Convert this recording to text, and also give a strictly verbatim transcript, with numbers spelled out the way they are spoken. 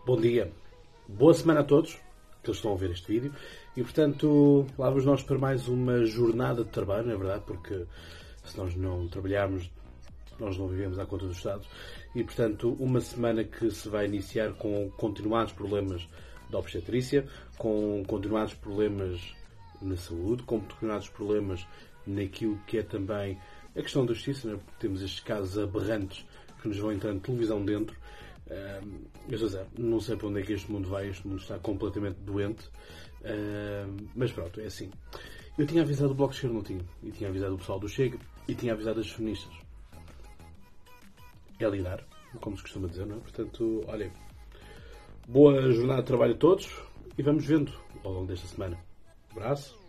Bom dia, boa semana a todos que estão a ver este vídeo e, portanto, lá vamos nós para mais uma jornada de trabalho, não é verdade? Porque se nós não trabalharmos, nós não vivemos à conta do Estado e, portanto, uma semana que se vai iniciar com continuados problemas da obstetrícia, com continuados problemas na saúde, com continuados problemas naquilo que é também a questão da justiça, não é? Porque temos estes casos aberrantes que nos vão entrando televisão dentro. Uh, eu estou a dizer, não sei para onde é que este mundo vai, este mundo está completamente doente, uh, mas pronto, é assim. Eu tinha avisado o Bloco de Esquerda, não tinha, e tinha avisado o pessoal do Chega, e tinha avisado as feministas. É lidar, como se costuma dizer, não é? Portanto, olhem, boa jornada de trabalho a todos e vamos vendo ao longo desta semana. Um abraço.